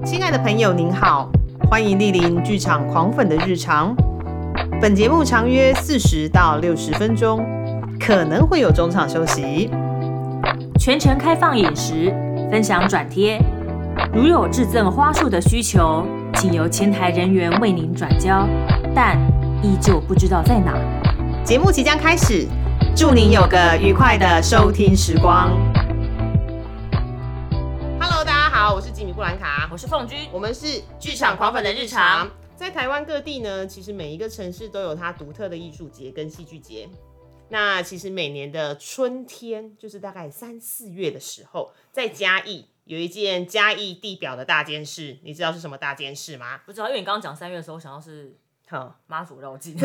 亲爱的朋友您好，欢迎莅临剧场狂粉的日常。本节目长约40到60分钟，可能会有中场休息， 全程开放饮食，分享转贴。如有致赠花束的需求，请由前台人员为您转交，但依旧不知道在哪。 节目即将开始，祝您有个愉快的收听时光。Hello， 大家好，我是吉米布兰卡， 我是凤君， 我们是剧场狂粉的日常。在台湾各地呢，其实每一个城市都有它独特的艺术节跟戏剧节。那其实每年的春天，就是大概3、4月的时候，在嘉义有一件嘉义地表的大件事，你知道是什么大件事吗？ 不知道，因为你刚刚讲3月的时候，我想到是妈祖绕境。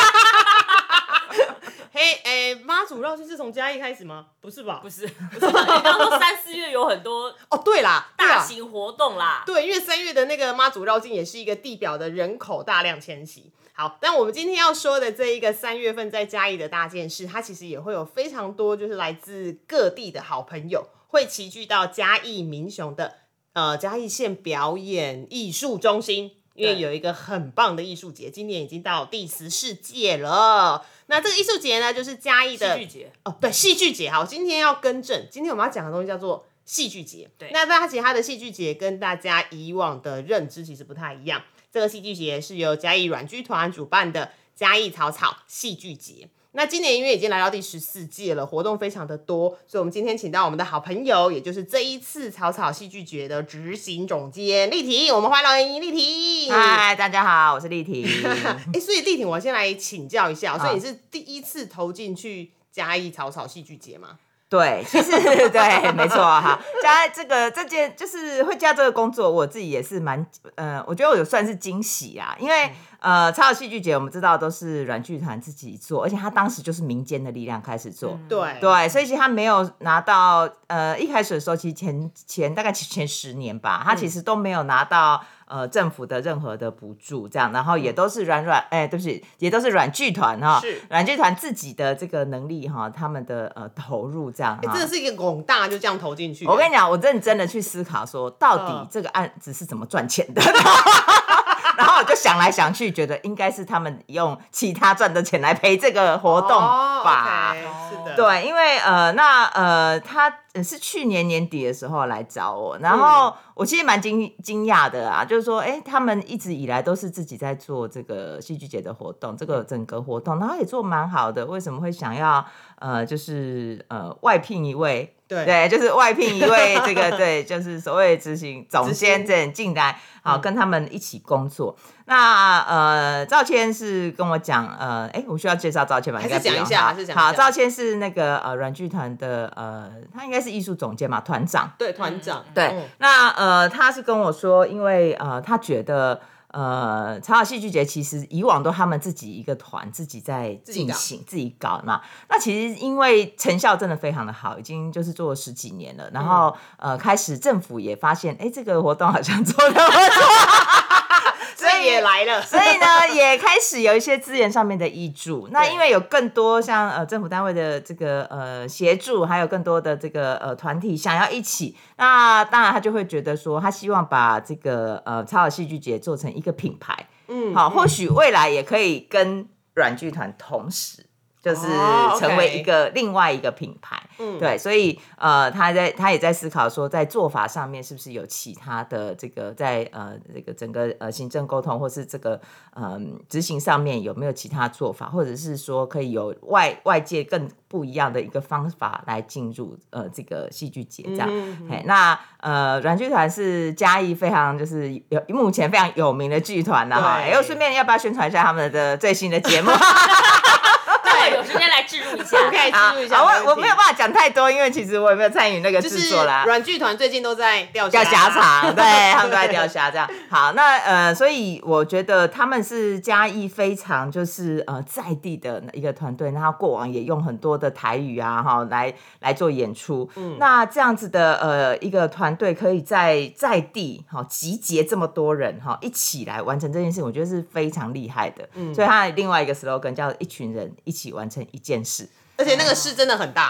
妈祖绕境是从嘉义开始吗？不是吧？ 不是，你刚刚说3、4月有很多对啦， 大型活动啦。 对，因为3月的那个妈祖绕境也是一个地表的人口大量迁徙。好，但我们今天要说的这一个3月份在嘉义的大件事，它其实也会有非常多就是来自各地的好朋友会齐聚到嘉义民雄的嘉义县表演艺术中心。因为有一个很棒的艺术节，今年已经到第14届了。那这个艺术节呢，就是嘉义的戏剧节对，戏剧节。好，今天要更正，今天我们要讲的东西叫做戏剧节。 对， 那其实它的戏剧节跟大家以往的认知其实不太一样。这个戏剧节是由嘉义软剧团主办的嘉义草草戏剧节。那今年因为已经来到第14届了，活动非常的多，所以我们今天请到我们的好朋友，也就是这一次草草戏剧节的执行总监立婷，我们欢迎立婷。 嗨，大家好，我是立婷。 所以立婷，我先来请教一下，所以你是第一次投进去嘉义草草戏剧节吗？ 对，其实对，没错哈。加这件就是会加这个工作，我自己也是蛮我觉得我有算是惊喜啦，因为草草戏剧节我们知道都是软剧团自己做，而且他当时就是民间的力量开始做，对，所以其实他没有拿到一开始的时候，其实大概前10年吧，他其实都没有拿到政府的任何的补助，这样，然后也都是对不起，也都是软剧团哈，软剧团自己的这个能力哈，他们的投入这样， 真的是一个拱大就这样投进去。 我跟你讲，我认真的去思考说，到底这个案子是怎么赚钱的。然后我就想来想去，觉得应该是他们用其他赚的钱来赔这个活动吧。 是的， 对，因为他是去年年底的时候来找我，然后我其实蛮惊讶的啊，就是说，他们一直以来都是自己在做这个戏剧节的活动，这个整个活动，然后也做蛮好的，为什么会想要就是外聘一位？对，就是外聘一位这个对，就是所谓执行总监这进来，好跟他们一起工作。那赵谦是跟我讲，我需要介绍赵谦吧？ 还是讲一下， 好，赵谦是那个软剧团的他应该是艺术总监嘛，团长。 对，团长。 对，那他是跟我说，因为他觉得。草草戏剧节其实以往都他们自己一个团自己在进行自己搞嘛，那其实因为成效真的非常的好，已经就是做了10几年了，然后开始政府也发现这个活动好像做得不错。 所以也来了， 所以呢，也开始有一些资源上面的挹注。那因为有更多像政府单位的这个协助，还有更多的这个团体想要一起，那当然他就会觉得说，他希望把这个草草戏剧节做成一个品牌。好，或许未来也可以跟软剧团同时。就是成为另外一个品牌，对，所以他也在思考说，在做法上面是不是有其他的这个在这个整个行政沟通或是这个执行上面有没有其他做法，或者是说可以有外界更不一样的一个方法来进入这个戏剧节这样。那软剧团是嘉义非常就是目前非常有名的剧团了哈，又顺便要不要宣传一下他们的最新的节目？ 有时间来置入一下， 可以置入一下。 我没有办法讲太多，因为其实我也没有参与那个制作啦。 软剧团最近都在钓虾场，对，他们都在钓虾这样。好，那所以我觉得他们是嘉义非常就是在地的一个团队，然后过往也用很多的台语啊哈来做演出。那这样子的一个团队可以在地集结这么多人一起来完成这件事，我觉得是非常厉害的。所以他另外一个 slogan 叫一群人一起完成一件事， 而且那个事真的很大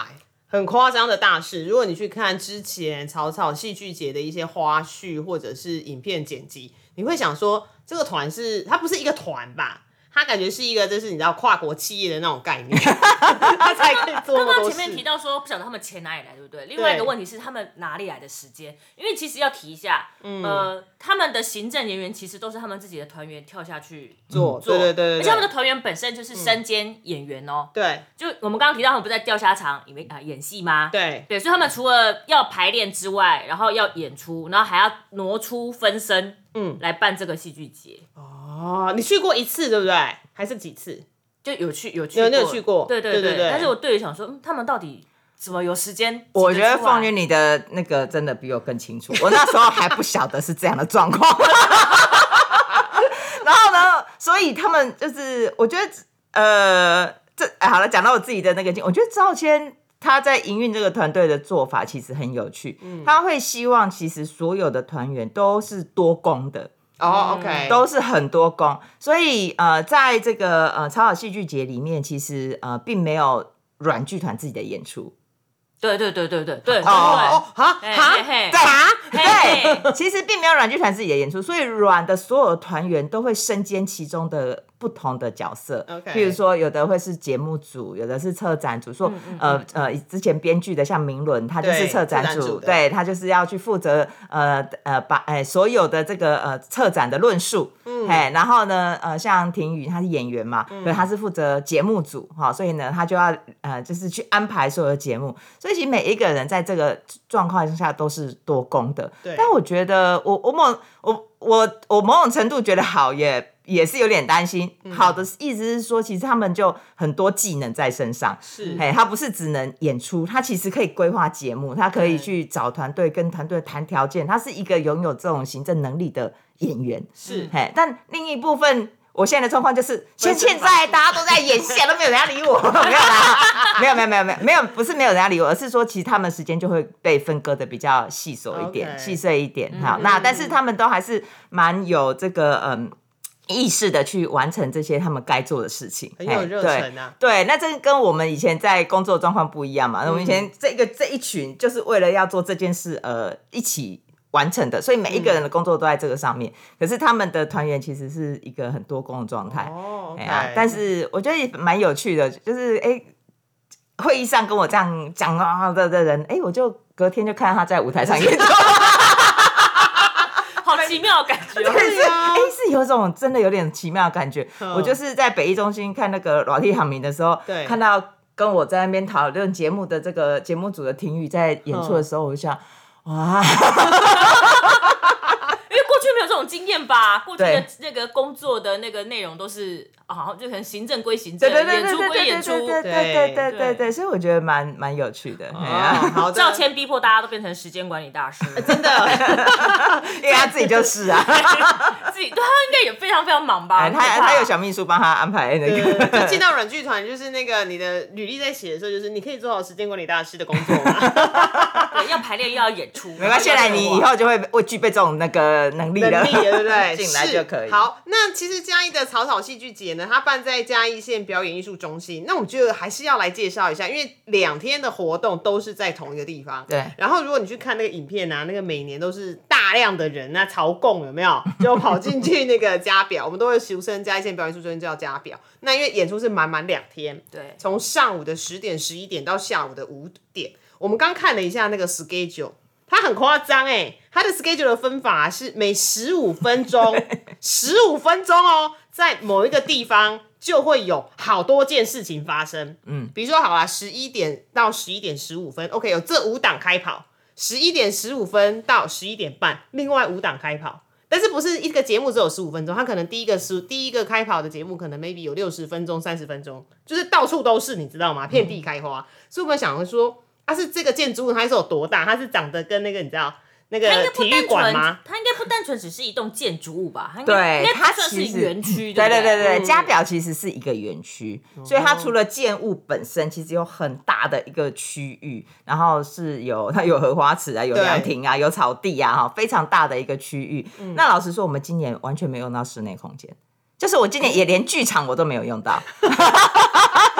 很夸张的大事。如果你去看之前草草戏剧节的一些花絮或者是影片剪辑，你会想说这个团它不是一个团吧？它感觉是一个就是你知道跨国企业的那种概念，它才可以做那么多事。 刚刚前面提到说不晓得他们钱哪里来，对不对？另外一个问题是他们哪里来的时间？因为其实要提一下，他们的行政人员其实都是他们自己的团员跳下去做， 对， 而且他们的团员本身就是身兼演员哦。 对， 就我们刚刚提到他们不是在钓虾场演戏吗？ 对， 所以他们除了要排练之外，然后要演出，然后还要挪出分身，来办这个戏剧节。 哦，你去过一次对不对？还是几次？ 就有去过， 你有去过？ 对。但是我对于想说，他们到底怎么有时间？ 我觉得凤云你的那个真的比我更清楚，我那时候还不晓得是这样的状况。然后呢，所以他们就是我觉得好了，讲到我自己的那个，我觉得赵谦他在营运这个团队的做法其实很有趣，他会希望其实所有的团员都是多工的。 OK， 都是很多工，所以在这个草草戏剧节里面，其实并没有软剧团自己的演出。 对， 对，其实并没有软剧团自己的演出，所以软的所有团员都会身兼其中的不同的角色。譬如说，有的会是节目组，有的是策展组。说之前编剧的像明伦，他就是策展组，对，他就是要去负责把所有的这个策展的论述。然后呢像庭宇他是演员嘛，所以他是负责节目组，所以呢他就要就是去安排所有的节目。所以其实每一个人在这个状况下都是多工的。但我觉得我某种程度觉得好也是有点担心。好的意思是说，其实他们就很多技能在身上，他不是只能演出，他其实可以规划节目，他可以去找团队跟团队谈条件，他是一个拥有这种行政能力的演员。但另一部分我现在的状况就是现在大家都在演戏，都没有人要理我。没有啦，没有，不是没有人要理我，而是说其实他们时间就会被分割的比较细琐一点，细碎一点。好，那但是他们都还是蛮有这个意识的去完成这些他们该做的事情， 很有热忱啊。 对，那这跟我们以前在工作状况不一样嘛。我们以前这一群就是为了要做这件事一起完成的，所以每一个人的工作都在这个上面。可是他们的团员其实是一个很多工的状态。但是我觉得也蛮有趣的，就是会议上跟我这样讲的人，我就隔天就看到他在舞台上演出。 好奇妙的感觉。 对啊，是有种真的有点奇妙的感觉。我就是在北艺中心看那个裸体航明的时候，看到跟我在那边讨论节目的这个节目组的庭宇在演出的时候，我就想哇。 因为过去没有这种经验吧，过去的那个工作的那个内容都是就可能行政归行政，演出归演出， 对，所以我觉得蛮有趣的。 好， 赵谦逼迫大家都变成时间管理大师， 真的， 因为他自己就是啊， 自己对他应该也非常非常忙吧？ 他有小秘书帮他安排那个。 就进到软剧团，就是那个你的履历在写的时候，就是你可以做好时间管理大师的工作吗？ 对，要排练又要演出， 没关系，现在你以后就会具备这种那个能力了， 对不对？ 进来就可以。 好，那其实嘉义的草草戏剧节呢，它办在嘉义县表演艺术中心。那我觉得还是要来介绍一下，因为2天的活动都是在同一个地方。 对。 然后如果你去看那个影片啊，那个每年都是大量的人啊，朝贡有没有？就跑进去那个嘉表，我们都会俗称嘉义县表演艺术中心叫嘉表。那因为演出是满2天， 对， 从上午的10点、11点到下午的5点。我们刚看了一下那个 schedule。它很夸张它的 schedule 的分法是每15分钟，15分钟在某一个地方就会有好多件事情发生。比如说好啦，11点到11点15分 ，OK， 有这5档开跑，11点15分到11点半，另外5档开跑。但是不是一个节目只有15分钟，它可能第一个开跑的节目可能 maybe 有60分钟、30分钟，就是到处都是，你知道吗？遍地开花。所以我们想说。它是这个建筑物，它是有多大？它是长得跟那个你知道那个体育馆吗？ 它应该不单纯只是一栋建筑物吧？ 对， 它算是园区。 对，嘉表其实是一个园区，所以它除了建物本身，其实有很大的一个区域，然后它有荷花池啊，有凉亭啊，有草地啊，非常大的一个区域。那老实说，我们今年完全没有用到室内空间，就是我今年也连剧场我都没有用到。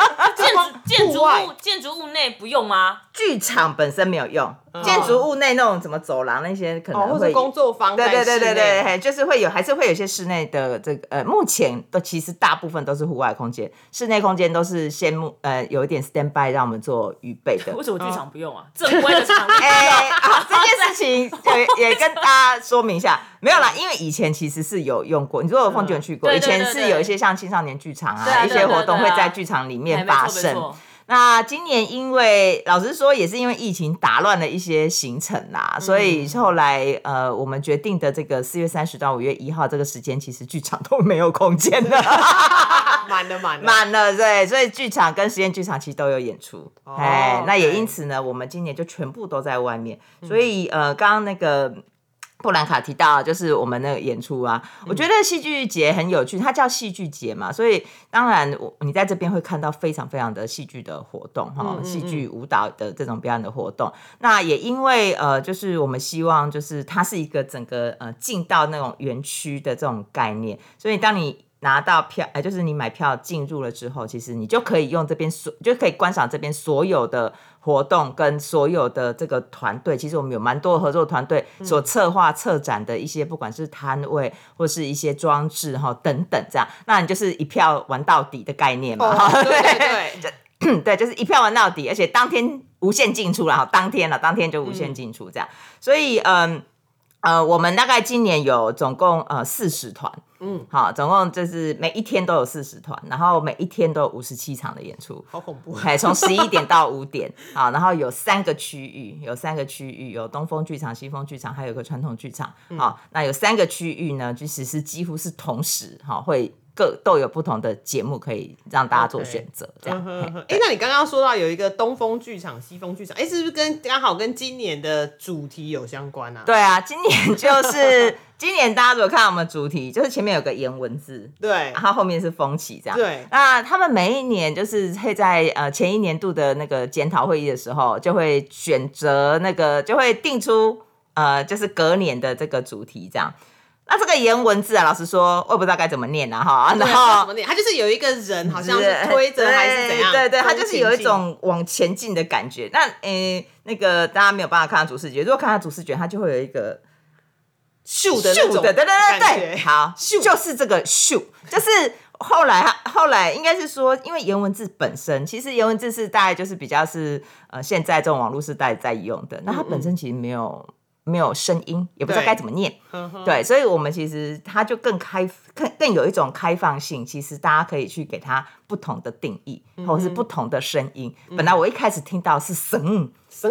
建筑物内不用吗？ 剧场本身没有用，建筑物内那种什么走廊那些可能会， 或者工作坊在室内， 对，就是还是会有一些室内的这个目前都其实大部分都是户外空间，室内空间都是先有一点 stand by 让我们做预备的。 为什么剧场不用啊？正规的场地不用。 这件事情也跟大家说明一下，没有啦，因为以前其实是有用过，你如果凤卷去过，以前是有一些像青少年剧场一些活动会在剧场里面发生。那今年因为老实说也是因为疫情打乱了一些行程啦，所以后来我们决定的这个4月30到5月1号这个时间，其实剧场都没有空间了。满了，对，所以剧场跟实验剧场其实都有演出，那也因此呢，我们今年就全部都在外面，所以刚刚那个布兰卡提到就是我们那个演出啊，我觉得戏剧节很有趣，它叫戏剧节嘛，所以当然你在这边会看到非常非常的戏剧的活动，戏剧舞蹈的这种表演的活动。那也因为就是我们希望就是它是一个整个进到那种园区的这种概念，所以当你拿到票，就是你买票进入了之后，其实你就可以用这边就可以观赏这边所有的活动跟所有的这个团队。其实我们有蛮多合作团队所策划策展的一些，不管是摊位或是一些装置等等这样，那你就是一票玩到底的概念嘛。对，对，就是一票玩到底，而且当天无限进出啦，当天就无限进出这样。所以我们大概今年有总共40团，好，总共就是每一天都有40团，然后每一天都有57场的演出， 好恐怖！ 从11点到5点，好，然后有3个区域，有东风剧场、西风剧场，还有个传统剧场，好，那有3个区域呢，其实是几乎是同时，会都有不同的节目可以让大家做选择，这样。 那你刚刚说到有一个东风剧场、西风剧场，是不是刚好跟今年的主题有相关啊？ 对啊，今年就是今年大家如果看我们主题，就是前面有个颜文字， 对， 然后后面是风起这样。 对， 那他们每一年就是会在前一年度的那个检讨会议的时候，就会选择那个就会定出就是隔年的这个主题这样。那这个颜文字啊，老实说我也不知道该怎么念啊哈，然后怎么念？它就是有一个人好像是推着还是怎样， 对，它就是有一种往前进的感觉。那那个大家没有办法看到主视觉，如果看到主视觉，它就会有一个咻的那种感觉， 对，好，就是这个咻，就是后来应该是说，因为颜文字本身，其实颜文字是大概就是比较是现在这种网络时代在用的，那它本身其实没有声音，也不知道该怎么念，对，所以我们其实它就更有一种开放性，其实大家可以去给它不同的定义，或者是不同的声音。本来我一开始听到是绳，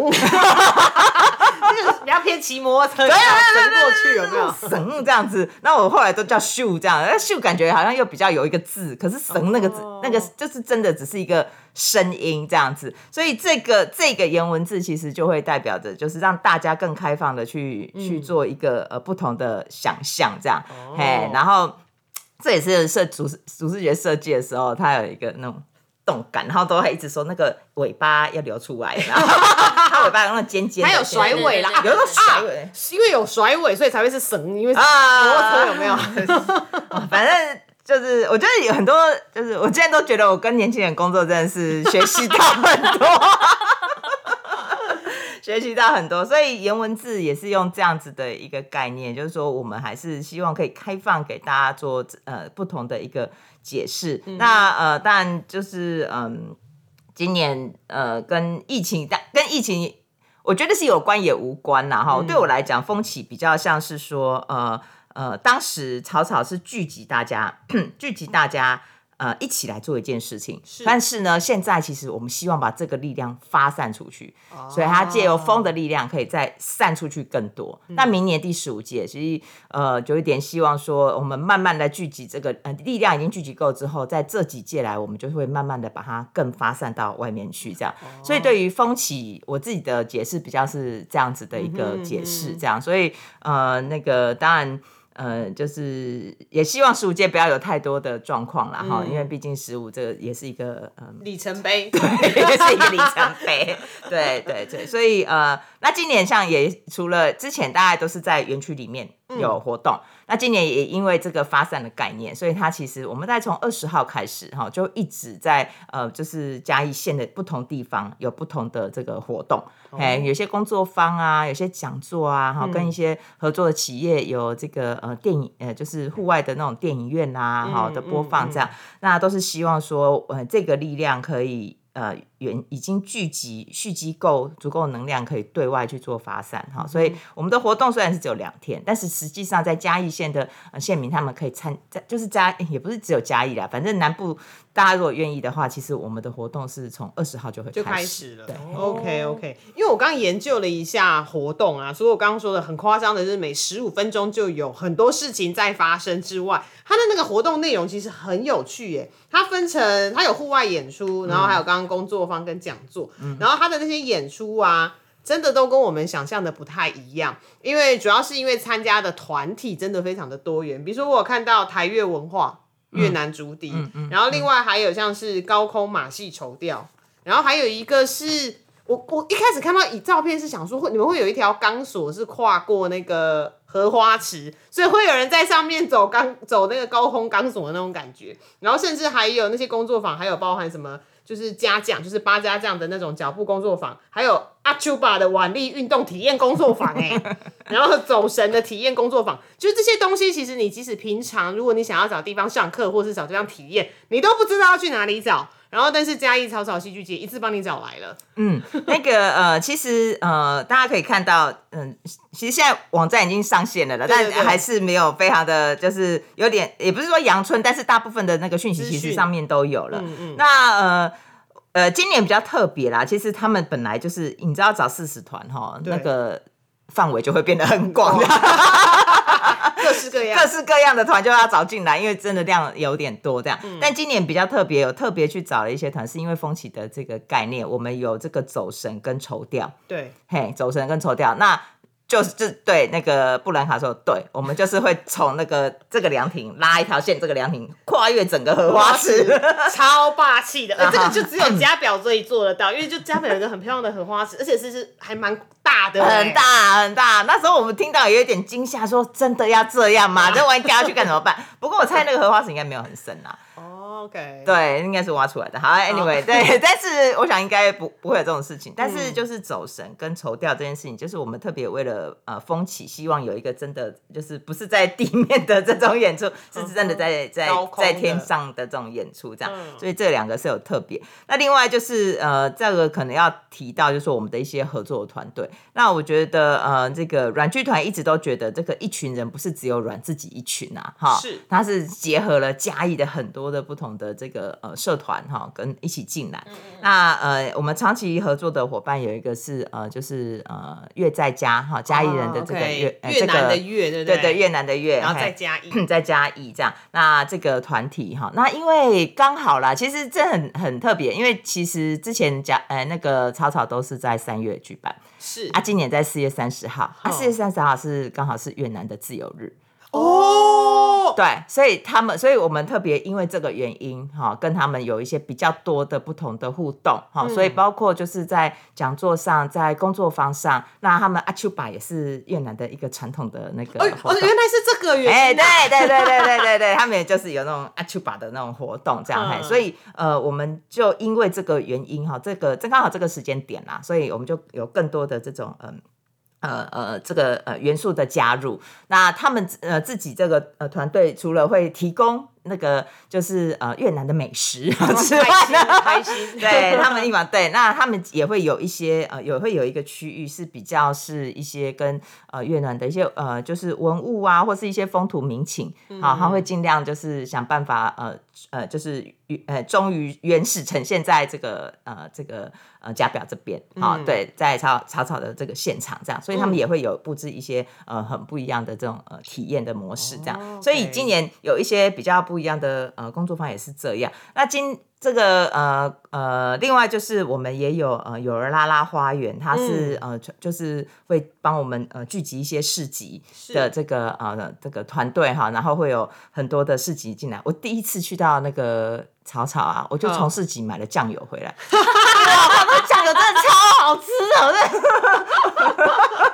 比较偏骑摩托车，绳过去有没有？ 绳这样子，那我后来都叫咻这样，那咻感觉好像又比较有一个字，可是绳那个字，那个就是真的只是一个声音这样子，所以这个颜文字其实就会代表着，就是让大家更开放的去做一个不同的想象这样，然后这也是主视觉设计的时候，它有一个那种动感，然后都还一直说那个尾巴要留出来，然后它尾巴有那种尖尖的， 还有甩尾啦， 有那个甩尾， 因为有甩尾，所以才会是绳，因为摩托车有没有？ 反正就是我觉得有很多，就是我现在都觉得我跟年轻人工作真的是学习到很多。学习到很多，所以颜文字也是用这样子的一个概念，就是说我们还是希望可以开放给大家做不同的一个解释。那当然就是今年跟疫情我觉得是有关也无关啦哈。对我来讲，风起比较像是说当时草草是聚集大家一起来做一件事情，但是呢，现在其实我们希望把这个力量发散出去，所以它借由风的力量可以再散出去更多。那明年第15届，其实就有一点希望说，我们慢慢的聚集这个力量已经聚集够之后，在这几届来，我们就会慢慢的把它更发散到外面去，这样。所以对于风起，我自己的解释比较是这样子的一个解释，这样。所以那个当然。就是也希望15届不要有太多的状况啦哈，因为毕竟15这个也是一个里程碑， 对，是一个里程碑，对，所以那今年像也除了之前大概都是在园区里面， 有活动。那今年也因为这个发散的概念，所以它其实我们大概从20号开始就一直在就是嘉义县的不同地方有不同的这个活动，有些工作坊啊，有些讲座啊，跟一些合作的企业有这个电影就是户外的那种电影院啊的播放这样，那都是希望说这个力量可以已经蓄积够足够能量，可以对外去做发散所以我们的活动虽然是只有2天，但是实际上在嘉义县的县民他们可以就是也不是只有嘉义啦，反正南部大家如果愿意的话，其实我们的活动是从20号就会开始了。 对 ，OK， 因为我刚刚研究了一下活动啊，所以我刚刚说的很夸张的是每15分钟就有很多事情在发生之外，它的那个活动内容其实很有趣耶。它有户外演出，然后还有刚刚工作坊跟讲座，然后它的那些演出啊，真的都跟我们想象的不太一样，因为主要是因为参加的团体真的非常的多元，比如说我有看到台越文化越南竹笛，然后另外还有像是高空马戏绸吊，然后还有一个是我一开始看到照片是想说你们会有一条钢索是跨过那个荷花池，所以会有人在上面走那个高空钢索的那种感觉，然后甚至还有那些工作坊，还有包含什么就是家将，就是8家将的那种脚步工作坊，还有阿丘巴的腕力运动体验工作坊然后走神的体验工作坊，就是这些东西其实你即使平常如果你想要找地方上课或是找地方体验，你都不知道要去哪里找，然后但是嘉义草草戏剧节一次帮你找来了。 那个其实大家可以看到其实现在网站已经上线了，但还是没有非常的就是有点也不是说阳春，但是大部分的那个讯息其实上面都有了。那今年比较特别啦，其实他们本来就是你知道找40团那个范围就会变得很广各式各样的团就要找进来，因为真的量有点多这样。但今年比较特别，有特别去找了一些团，是因为风起的这个概念，我们有这个走神跟绸吊。 对， 走神跟绸吊，那就是对那个布兰卡说，对，我们就是会从这个凉亭拉一条线，这个凉亭跨越整个荷花池， 超霸气的。这个就只有嘉表最做得到，因为就嘉表有一个很漂亮的荷花池，而且是还蛮大的， 很大很大。那时候我们听到也有点惊吓，说真的要这样吗？这万一掉下去该怎么办？不过我猜那个荷花池应该没有很深啊。 OK， 对，应该是挖出来的。好 ，Anyway， 对，但是我想应该不会有这种事情。但是就是走神跟绸吊这件事情，就是我们特别为了风起，希望有一个真的就是不是在地面的这种演出，是真的在天上的这种演出，这样。所以这2个是有特别。那另外就是这个可能要提到，就是说我们的一些合作的团队。那我觉得这个软剧团一直都觉得这个一群人不是只有软自己一群啊， 是它是结合了嘉义的很多的不同的这个社团跟一起进来。那我们长期合作的伙伴有一个是就是越在家嘉义人的这个越南的越，对不对？ 对，越南的越， 然后再嘉义， 再嘉义这样。那这个团体那因为刚好啦，其实这很特别，因为其实之前那个草草都是在3月举办， 是今年在4月30号，4月30号是刚好是越南的自由日。对，所以我们特别因为这个原因跟他们有一些比较多的不同的互动所以包括就是在讲座上，在工作坊上，那他们阿丘巴也是越南的一个传统的那个活动。 原来是这个原因。 对，他们也就是有那种阿丘巴的那种活动这样。所以我们就因为这个原因正刚好这个时间点啦，所以我们就有更多的这种这个元素的加入。那他们自己这个团队除了会提供那个就是越南的美食之外呢， 开心对他们对，那他们也会有一些也会有一个区域是比较是一些跟越南的一些就是文物啊，或是一些风土民情他会尽量就是想办法就是忠于原始呈现在这个嘉表这边对，在草草的这个现场这样，所以他们也会有布置一些很不一样的这种体验的模式这样。所以今年有一些比较不一样的工作坊也是这样。那这个另外就是我们也有有儿拉拉花园，它是就是会帮我们聚集一些市集的这个团队然后会有很多的市集进来。我第一次去到那个草草啊，我就从市集买了酱油回来，哇，酱油真的超好吃的， 真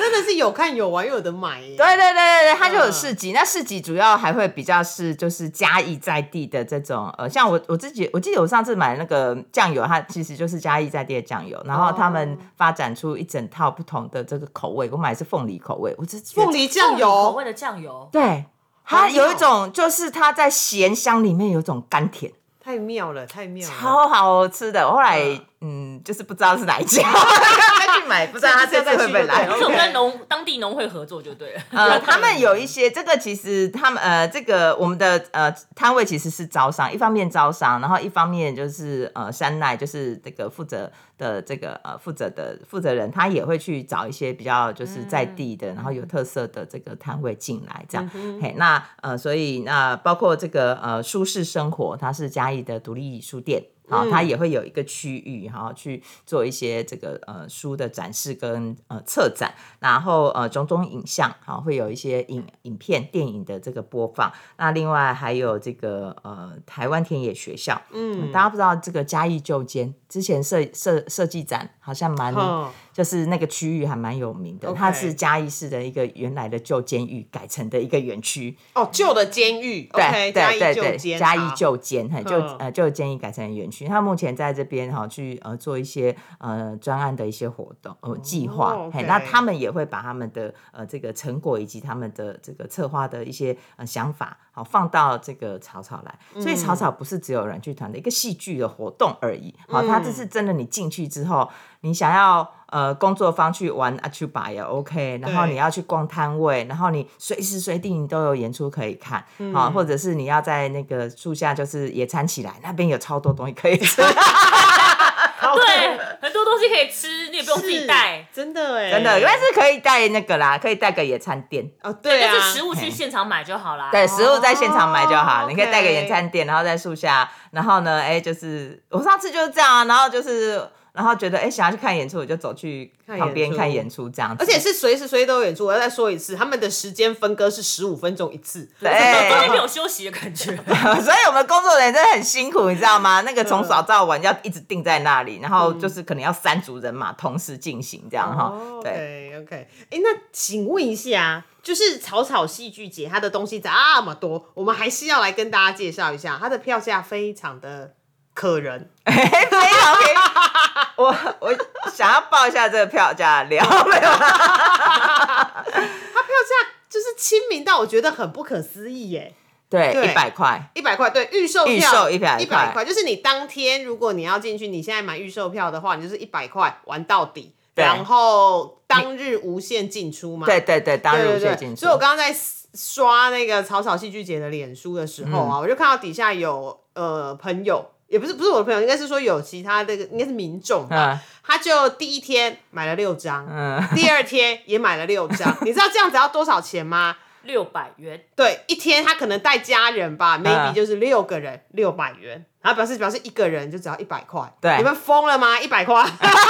真的是有看有玩又有得买耶。 对，它就有市集。那市集主要还会比较是就是嘉义在地的这种像我记得我上次买那个酱油，它其实就是嘉义在地的酱油，然后他们发展出一整套不同的这个口味。我买的是凤梨口味，我只凤梨酱油口味的酱油， 对，它有一种就是它在咸香里面有一种甘甜。 太妙了， 超好吃的。后来就是不知道是哪一家，再去买，不知道他这次会不会来。 这种跟当地农会合作就对了。 他们有一些这个其实他们这个我们的摊位其实是招商，一方面招商，然后一方面就是山奈就是这个负责的这个负责人，他也会去找一些比较就是在地的，然后有特色的这个摊位进来这样。那所以那包括这个舒适生活，它是嘉义的独立书店。它也会有一个区域去做一些这个书的展示跟策展，然后种种影像会有一些影片电影的这个播放。那另外还有这个台湾田野学校，大家不知道这个嘉义旧监之前设计展好像就是那个区域还蛮有名的，它是嘉义市的一个原来的旧监狱改成的一个园区。 旧的监狱， 对， 嘉义旧监， 嘉义旧监，旧监狱改成园区。他目前在这边去做一些专案的一些活动计划。那他们也会把他们的这个成果以及他们的这个策划的一些想法放到这个草草来。所以草草不是只有软剧团的一个戏剧的活动而已，它这是真的，你进去之后你想要工作坊去玩去把也 OK， 然后你要去逛摊位，然后你随时随地你都有演出可以看，或者是你要在那个树下就是野餐起来，那边有超多东西可以吃。 对，很多东西可以吃，你也不用自己带， 真的哎， 真的，但是可以带那个啦，可以带个野餐垫。 对啊， 但是食物去现场买就好啦。 对，食物在现场买就好，你可以带个野餐垫，然后在树下，然后呢，就是我上次就是这样，然后觉得想要去看演出，我就走去旁边看演出这样子。 而且是随时随地都有演出。我要再说一次，他们的时间分割是15分钟一次， 中间没有休息的感觉。 所以我们工作人员真的很辛苦，你知道吗？那个从早到晚要一直定在那里，然后就是可能要3组人马同时进行这样对 OK， 那请问一下，就是草草戏剧节，它的东西这么多，我们还是要来跟大家介绍一下，它的票价非常的可人。 非常便宜。我想要报一下这个票价聊，没有？ 它票价就是亲民到我觉得很不可思议耶。 对，100块 ，100块，对，预售票 100块， 就是你当天如果你要进去，你现在买预售票的话，你就是100块玩到底，然后当日无限进出嘛。 对，当日无限进出。 所以我刚刚在刷那个草草戏剧节的脸书的时候我就看到底下有朋友。也不是我的朋友，应该是说有其他的，应该是民众吧。他就第一天买了6张，第二天也买了6张。你知道这样子要多少钱吗 ？600元。 对，一天他可能带家人吧，maybe 就是6个人600元，然后表示一个人就只要100块。 对， 你们疯了吗？100块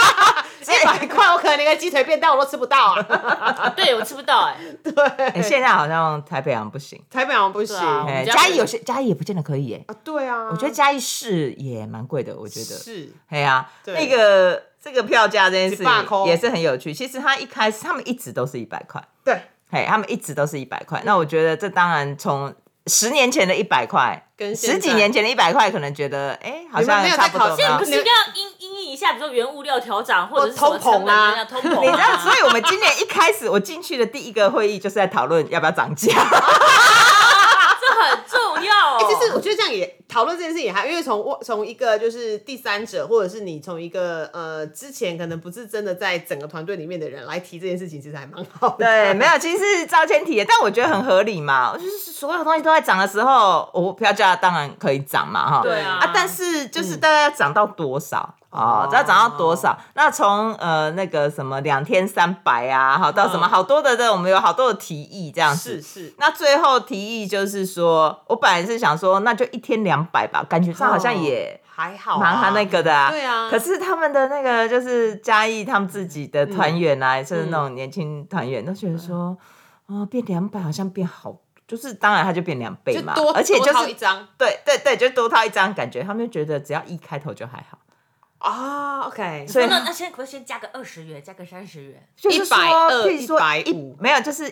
，100块，我可能连个鸡腿便当我都吃不到啊。 对，我吃不到对， 现在好像台北好像不行， 台北好像不行。 嘉义也不见得可以对啊， 我觉得嘉义市也蛮贵的，我觉得是。 那个这个票价这件事也是很有趣。其实他一开始他们一直都是100块， 对， 他们一直都是100块。那我觉得这当然从10年前的100块，跟10几年前的100块，可能觉得好像差不多。 现在不是应该要因一下，比如说原物料调涨，或者是通膨啊， 通膨。 你知道，所以我们今年一开始我进去的第一个会议就是在讨论要不要涨价。 这很重要其实我觉得这样也讨论这件事也还，因为从一个就是第三者，或者是你从一个之前可能不是真的在整个团队里面的人来提这件事情，其实还蛮好的。 对，没有，其实是赵谦提的，但我觉得很合理嘛。就是所有东西都在涨的时候，票价当然可以涨嘛， 对啊。 但是就是大概要涨到多少？只要涨到多少？那从那个什么2天300啊，到什么好多的我们有好多的提议这样子。 是。 那最后提议就是说，我本来是想说，那就1天200吧，感觉上好像也还好， 蛮那个的对啊。 可是他们的那个就是嘉义他们自己的团员啊，就是那种年轻团员，都觉得说，变200好像变好。就是当然它就变2倍嘛，而且就是多掏一张， 对，就多掏一张，感觉他们就觉得只要1开头就还好。 OK， 所以那可不可以先加个20元，加个30元？ 就是说 120 譬如说 150 没有，就是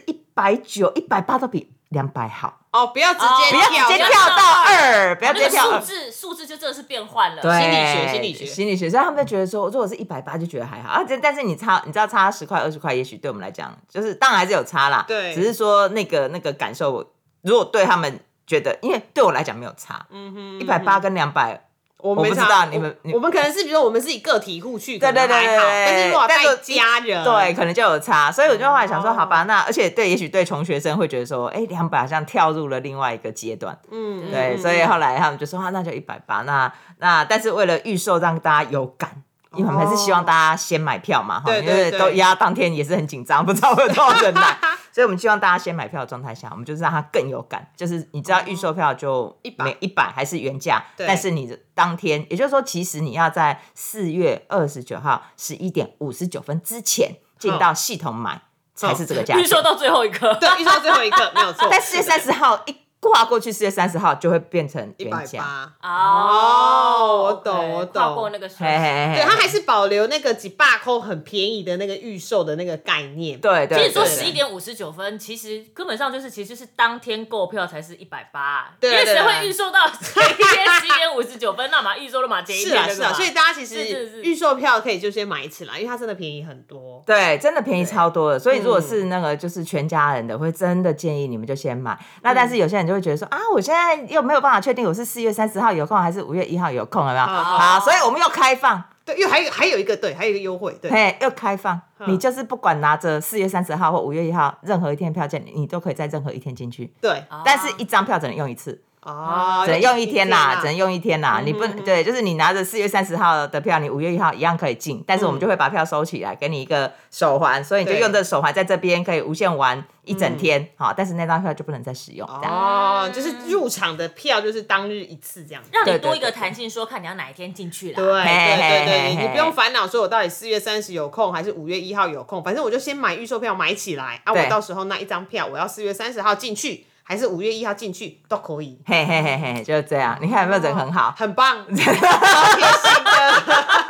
190、180都比200好。 不要直接不要直接跳到2，不要直接跳2。 数字就真的是变换了。 对， 心理学， 所以他们就觉得说，如果是180就觉得还好啊。但是你知道差10块20块，也许对我们来讲，就是当然还是有差啦。 对， 只是说那个感受，如果对他们觉得，因为对我来讲没有差，180跟200。我不知道我们可能是比如说我们是以个体户去， 对， 但是如果带家人， 对，可能就有差，所以我就后来想说，好吧，那而且也许对穷学生会觉得说，200好像跳入了另外一个阶段，对，所以后来他们就说，那就180，那但是为了预售让大家有感。因为我们还是希望大家先买票嘛， 对， 因为都压当天也是很紧张，不知道会有多少人来，所以我们希望大家先买票的状态下，我们就是让它更有感，就是你知道预售票就100还是原价，但是你当天，也就是说，其实你要在4月29号11点59分之前进到系统买，才是这个价钱。 预售到最后一刻， 对，预售到最后一刻没有错。 但4月30号跨过去4月30号就会变成原价我懂， 跨过那个时候， 对，它还是保留那个几百块很便宜的那个预售的那个概念。 对， 其实说11点59分，其实根本上其实是当天购票才是180，因为谁会预售到前一天11点59分？那嘛预售了嘛，前一天是啊，所以大家其实预售票可以就先买起来，因为它真的便宜很多。 对，真的便宜超多的。所以如果是那个就是全家人的，会真的建议你们就先买。那但是有些人就会觉得说我现在又没有办法确定我是4月30号有空还是5月1号有空，有没有？好，所以我们又开放。 对，又还有一个优惠， 对，又开放，你就是不管拿着4月30号或5月1号任何一天票券，你都可以在任何一天进去。 对， 但是一张票只能用一次。只能用一天啦，只能用一天啦。你不对，就是你拿着4月30号的票，你5月1号一样可以进，但是我们就会把票收起来，给你一个手环，所以你就用这手环在这边可以无限玩一整天，好，但是那张票就不能再使用。 就是入场的票就是当日一次这样， 让你多一个弹性，说看你要哪一天进去啦。 对，你不用烦恼说我到底4月30有空还是5月1号有空，反正我就先买预售票买起来我到时候那一张票我要4月30号进去。还是5月1号进去都可以， 就是这样。你看有没有人很好， 很棒，超贴心的。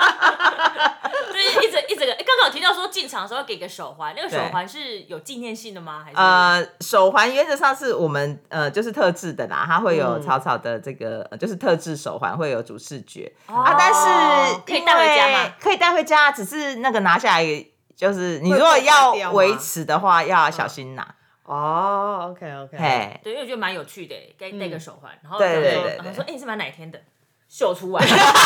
就是一整个，刚刚有提到说进场的时候要给个手环，那个手环是有纪念性的吗？还是手环原则上是我们就是特制的啦，它会有草草的这个就是特制手环，会有主视觉但是可以带回家吗？ 可以带回家，只是那个拿下来，就是你如果要维持的话，要小心拿。 OK， 对，因为我觉得蛮有趣的，该带个手环，然后说，你是买哪天的？秀出来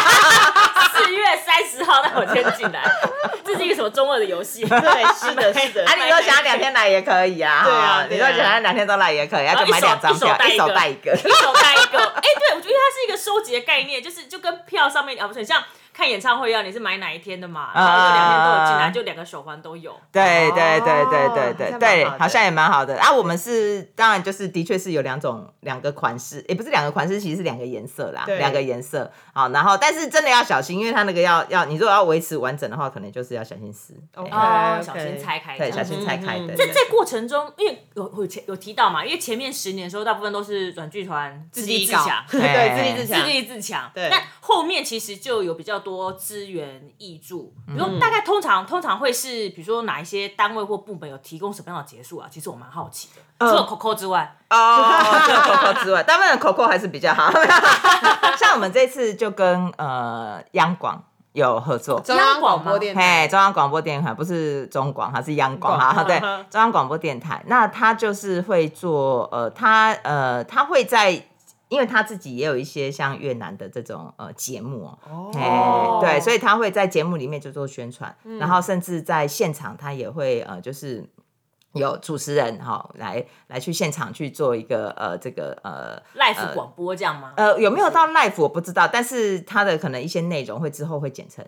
，4月30号那我先进来，这是一个什么中二的游戏？ 对，是的。 你说想要2天来也可以啊， 对啊， 你说想要2天都来也可以，就买2张票，一手带一个， 一手带一个。对，我觉得它是一个收集的概念，就跟票上面不是像。看演唱会一样，你是买哪一天的嘛？然后就2天都有进来，就2个手环都有。 对，好像也蛮好的。我们是当然就是的确是有2个款式，也不是2个款式，其实是2个颜色啦，2个颜色。好，然后但是真的要小心，因为它那个要你如果要维持完整的话，可能就是要小心撕。 小心拆开。 对，小心拆开的。 在过程中，因为有提到嘛，因为前面10年的时候，大部分都是软剧团自立自强， 对， 自立自强。 对， 但后面其实就有比较多资源挹注，比如说大概通常会是，比如说哪一些单位或部门有提供什么样的结束啊？其实我蛮好奇的。除了 Coco 之外， 除了 Coco 之外，大部分的 Coco 还是比较好。像我们这次就跟央广有合作， 中央广播电台， 中央广播电台不是中广，它是央广哈，对，中央广播电台。那他就是会做他会在。因为他自己也有一些像越南的这种节目对，所以他会在节目里面就做宣传，然后甚至在现场他也会就是有主持人来去现场去做一个这个 live 广播这样吗？ 有没有到 live 我不知道，但是他的可能一些内容会之后会剪成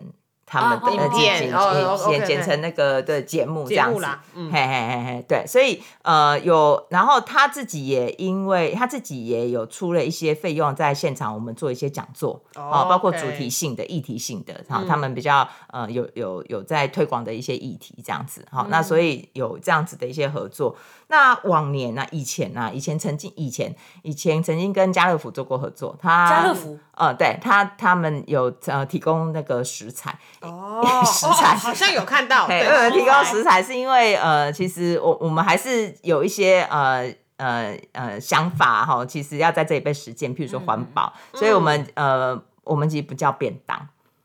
他们的影片剪成那个的节目这样子啦， 对，所以然后他自己也有出了一些费用在现场，我们做一些讲座包括主题性的、议题性的，他们比较有在推广的一些议题这样子，那所以有这样子的一些合作。那往年以前曾经跟家乐福做过合作， 家乐福对他们有提供那个食材食材好像有看到， 对，提供食材是因为其实我们还是有一些想法其实要在这里被实践，譬如说环保，所以我们其实不叫便当，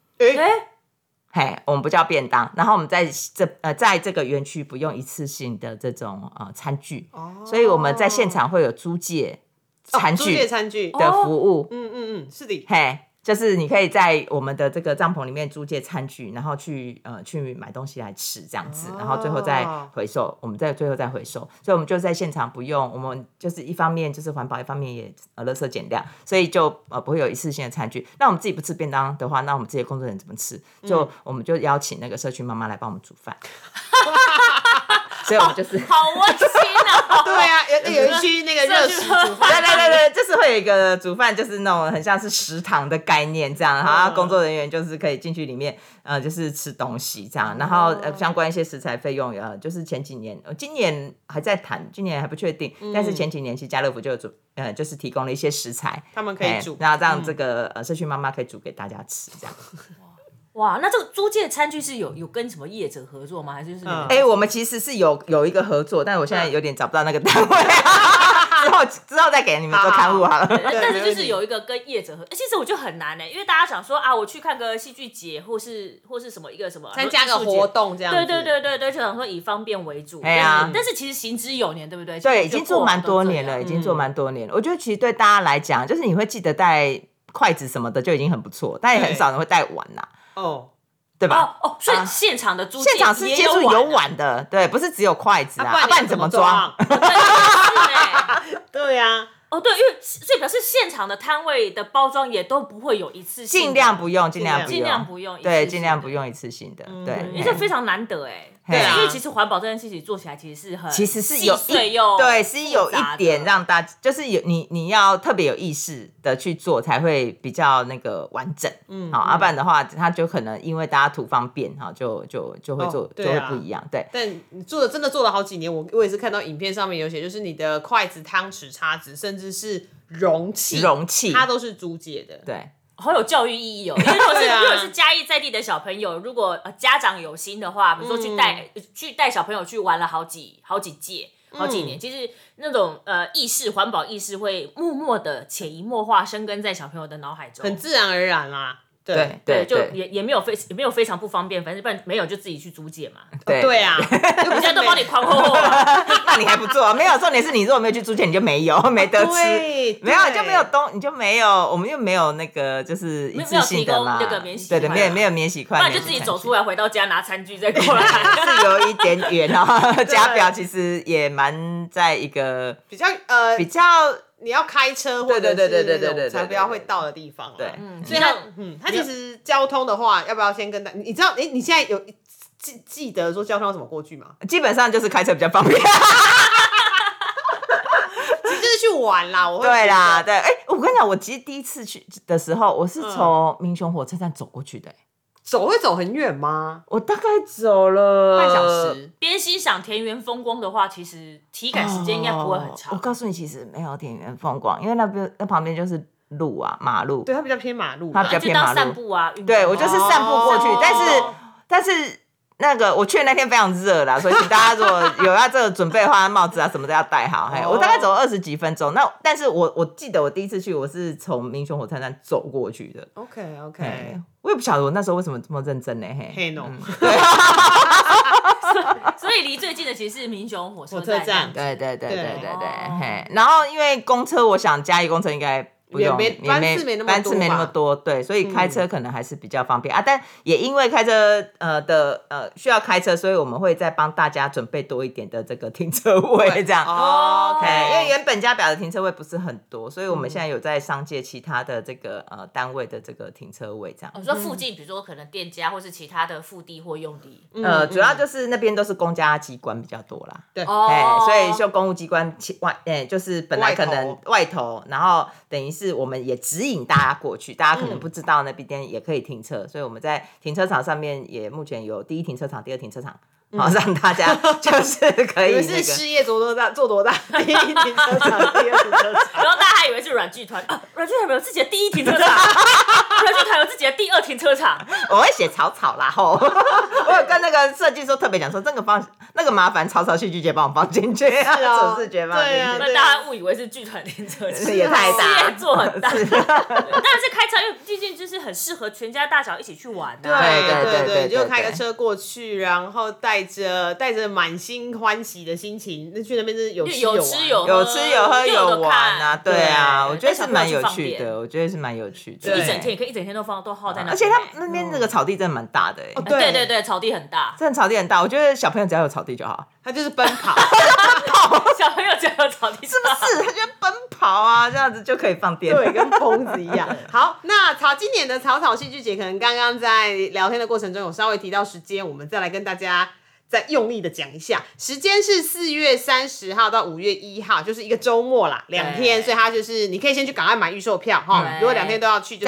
我们不叫便当，然后我们在这个园区不用一次性的这种餐具，所以我们在现场会有租借餐具的服务， 是的， 就是你可以在我们的这个帐篷里面租借餐具，然后去买东西来吃这样子，然后最后再回收，我们最后再回收，所以我们就在现场不用，我们就是一方面就是环保，一方面也垃圾减量，所以就不会有一次性的餐具。那我们自己不吃便当的话，那我们这些工作人员怎么吃？我们就邀请那个社区妈妈来帮我们煮饭。所以我们就是好温馨哦。 对啊，有一区那个热食煮饭， 对，就是会有一个煮饭，就是那种很像是食堂的概念这样，然后工作人员就是可以进去里面就是吃东西这样，然后相关一些食材费用就是前几年今年还在谈，今年还不确定，但是前几年其实家乐福就有就是提供了一些食材， 他们可以煮， 然后让这个社区妈妈可以煮给大家吃这样。 哇，那这个租借餐具是有跟什么业者合作吗？还是我们其实是有一个合作，但是我现在有点找不到那个单位，之后再给你们做刊物好了。 但是就是有一个跟业者合作，其实我就很难因为大家想说我去看个戏剧节，或是什么一个什么参加个活动这样子， 对，就想说以方便为主。但是其实行之有年，对不对？ 对，已经做蛮多年了，我觉得其实对大家来讲，就是你会记得带筷子什么的就已经很不错，但也很少人会带碗啦。对吧？ 所以现场的租借现场是接触有碗的，对，不是只有筷子不然你怎么装？ 对呀。 对，因为所以表示现场的摊位的包装也都不会有一次性的， 尽量不用，对，尽量不用一次性的，对， 因为这非常难得对，因为其实环保这件事情做起来其实是很有碎又对，是有一点让大家就是你要特别有意识的去做，才会比较那个完整，不然的话，它就可能因为大家图方便就会做就会不一样，对。 但你真的做了好几年，我也是看到影片上面有写，就是你的筷子、汤匙、叉子，甚至是容器，它都是租借的， 对。 好有教育意义因为如果是嘉义在地的小朋友，如果家长有心的话，比如说去带小朋友去玩了好几届、好几年，其实那种环保意识会默默的潜移默化生根在小朋友的脑海中， 很自然而然啦。 对，就也没有非常不方便，反正不然没有就自己去租借嘛。 对啊， 人家都帮你宽厚那你还不做？没有，重点是你如果没有去租借，你就没得吃，没有就没有你就没有，我们又没有那个就是一次性的嘛， 没有提供那个免洗筷， 对，没有免洗筷， 那你就自己走出来，回到家拿餐具再过来， 是有一点远家表其实也蛮在一个比较你要开车或者是才不要会到的地方， 对， 所以它其实交通的话，要不要先跟你知道你现在有记得说交通要怎么过去吗？ 基本上就是开车比较方便， 其实就是去玩啦， 对啦，对，我跟你讲，我其实第一次去的时候，我是从民雄火车站走过去的， 走会走很远吗？ 我大概走了半小时。 边欣赏田园风光的话，其实体感时间应该不会很长。 我告诉你，其实没有田园风光，因为那旁边就是路啊，马路。 对，它比较偏马路， 它比较偏马路。 散步啊， 对，我就是散步过去，但是。那个我去的那天非常热啦，所以请大家如果有要这个准备的话，帽子啊什么都要戴好。我大概走了20几分钟，但是我记得我第一次去，我是从民雄火车站走过去的。 OK， 我也不晓得我那时候为什么这么认真呢？ 所以离最近的其实是民雄火车站。 对。然后因为公车，我想嘉义公车应该不用， 班次没那么多， 对，所以开车可能还是比较方便啊。但也因为开车需要开车，所以我们会再帮大家准备多一点的这个停车位，这样。 OK， 因为原本家表的停车位不是很多，所以我们现在有在商界其他的这个单位的这个停车位这样。 我说附近，比如说可能店家或是其他的腹地或用地， 主要就是那边都是公家机关比较多啦。 对， 所以就公务机关就是本来可能外头，然后等于是我们也指引大家过去，大家可能不知道那边也可以停车，所以我们在停车场上面也目前有第一停车场、第二停车场。让大家就是可以、 你们是事业做多大？第一停车场，第二停车场， 然后大家还以为是软剧团啊，软剧团有自己的第一停车场，软剧团有自己的第二停车场。 我会写草草啦吼，我有跟那个设计师特别讲说，那个麻烦草草戏剧节帮我放进去啊，主视觉放进去。 那大家误以为是剧团停车场， 也太大， 事业做很大。当然是开车，因为毕竟就是很适合全家大小一起去玩啊。 对，就开个车过去，然后带着满心欢喜的心情，那去那边是有吃有喝有玩啊，对啊，我觉得是蛮有趣的， 我觉得是蛮有趣的， 一整天也可以一整天都耗在那， 而且它那边那个草地真的蛮大的对，草地很大， 真的草地很大，我觉得小朋友只要有草地就好， 他就是奔跑， 小朋友只要有草地是不是？他就奔跑啊，这样子就可以放电， 对，跟疯子一样。好，那今年的草草戏剧节，可能刚刚在聊天的过程中有稍微提到时间，我们再来跟大家再用力的讲一下，时间是4月30号到5月1号，就是一个周末啦，2天，所以它就是你可以先去赶快买预售票哈。如果2天都要去，就是在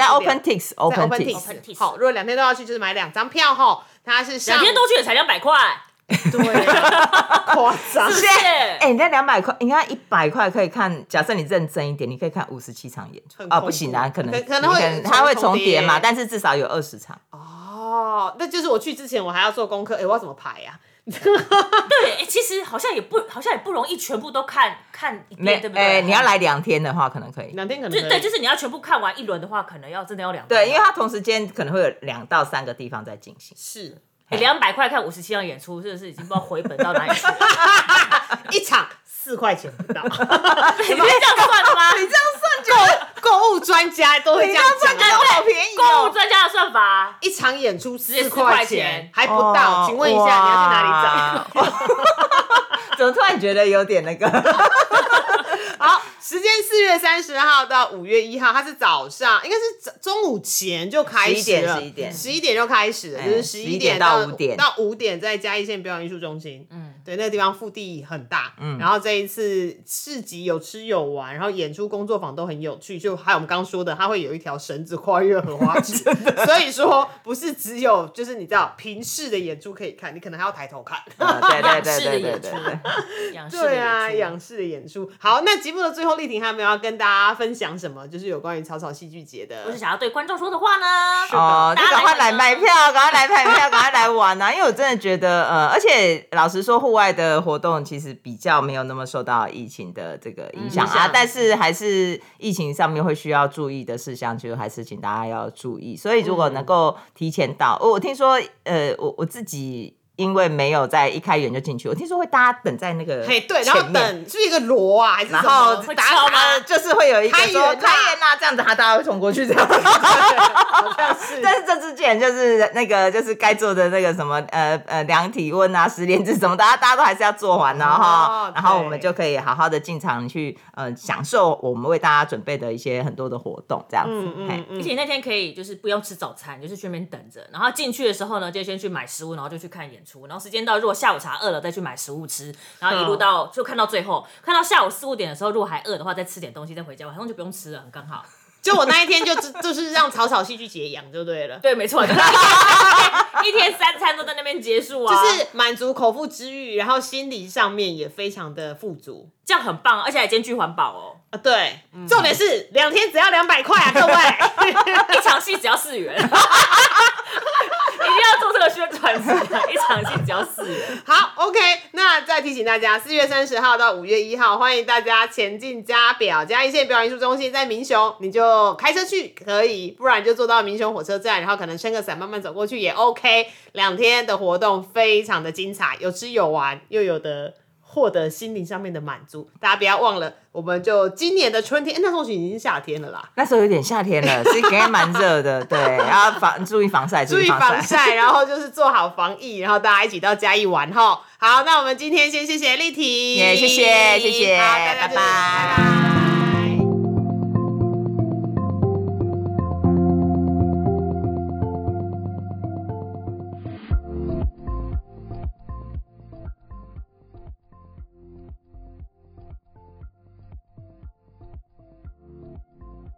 OpenTix， 好，如果2天都要去，就是买2张票哈。它是 2天都去也才200块。 对，夸张， 是你那200块，你看100块可以看，假设你认真一点，你可以看57场演出啊，不行啊，可能它会重叠嘛，但是至少有20场。 哦，那就是我去之前我还要做功课，我要怎么排呀？ 对，其实好像也不容易全部都看一遍，对不对？ 你要来2天的话，可能可以。 2天可能可以对，就是你要全部看完一轮的话，可能真的要2天。 对，因为它同时间可能会有2到3个地方在进行。 是。 200块看57场演出，真的是已经不知道回本到哪里去了。 一场4块钱不到， 你不是这样算的吗？ 你这样算购物专家都会这样讲， 好便宜购物专家的算法， 一场演出4块钱还不到，请问一下你要去哪里找？ 怎么突然觉得有点那个？ 好，时间4月30号到5月1号，它是早上，应该是中午前就开始了，11点就开始了，就是11点到5点，在嘉义县表演艺术中心。对，那个地方腹地很大。然后这一次市集有吃有玩，然后演出工作坊都很有趣，就还有我们刚刚说的，它会有一条绳子跨越荷花池，所以说不是只有就是你知道平视的演出可以看，你可能还要抬头看。对啊，仰视的演出。好，那节目的最后，丽婷还有没有要跟大家分享什么？就是有关于草草戏剧节的， 我是想要对观众说的话呢。 就赶快来买票，赶快来玩啊！因为我真的觉得，而且老实说，户外的活动其实比较没有那么受到疫情的这个影响啊，但是还是疫情上面会需要注意的事项，就还是请大家要注意。所以如果能够提前到，我听说，我自己。因为没有在一开园就进去，我听说会大家等在那个对，然后等是一个锣啊，还是什么？ 然后打就是会有一个说开园啊，这样子，大家会冲过去这样。 好像是。 但是这之前就是那个就是该做的那个什么量体温啊、实联制什么，大家都还是要做完的哈。然后我们就可以好好的进场去享受我们为大家准备的一些很多的活动这样子。 而且那天可以就是不用吃早餐，就是去那边等着，然后进去的时候呢，就先去买食物，然后就去看演出。然后时间到，如果下午茶饿了，再去买食物吃，然后一路到就看到最后，看到下午4、5点的时候，如果还饿的话，再吃点东西，再回家，晚上就不用吃了，很刚好。 就我那一天就是让草草戏剧节养就对了。 对，没错，就是一天3餐都在那边结束啊， 就是满足口腹之欲，然后心理上面也非常的富足， 这样很棒，而且还兼具环保哦。 对，重点是2天只要200块啊，各位， 一场戏只要4元。一定要做这个宣传词，一场戏只要4元。 好 ，OK， 那再提醒大家，4月30号到5月1号，欢迎大家前进嘉义县表演艺术中心，在民雄，你就开车去可以，不然就坐到民雄火车站，然后可能撑个伞慢慢走过去也 OK。2天的活动非常的精彩，有吃有玩，又有的获得心灵上面的满足。大家不要忘了，我们就今年的春天，那时候已经夏天了啦。 那时候有点夏天了，其实应该蛮热的，对，要注意防晒， 注意防晒，然后就是做好防疫，然后大家一起到嘉义玩哈。好，那我们今天先谢谢丽婷， 也谢谢， 好，大家拜拜。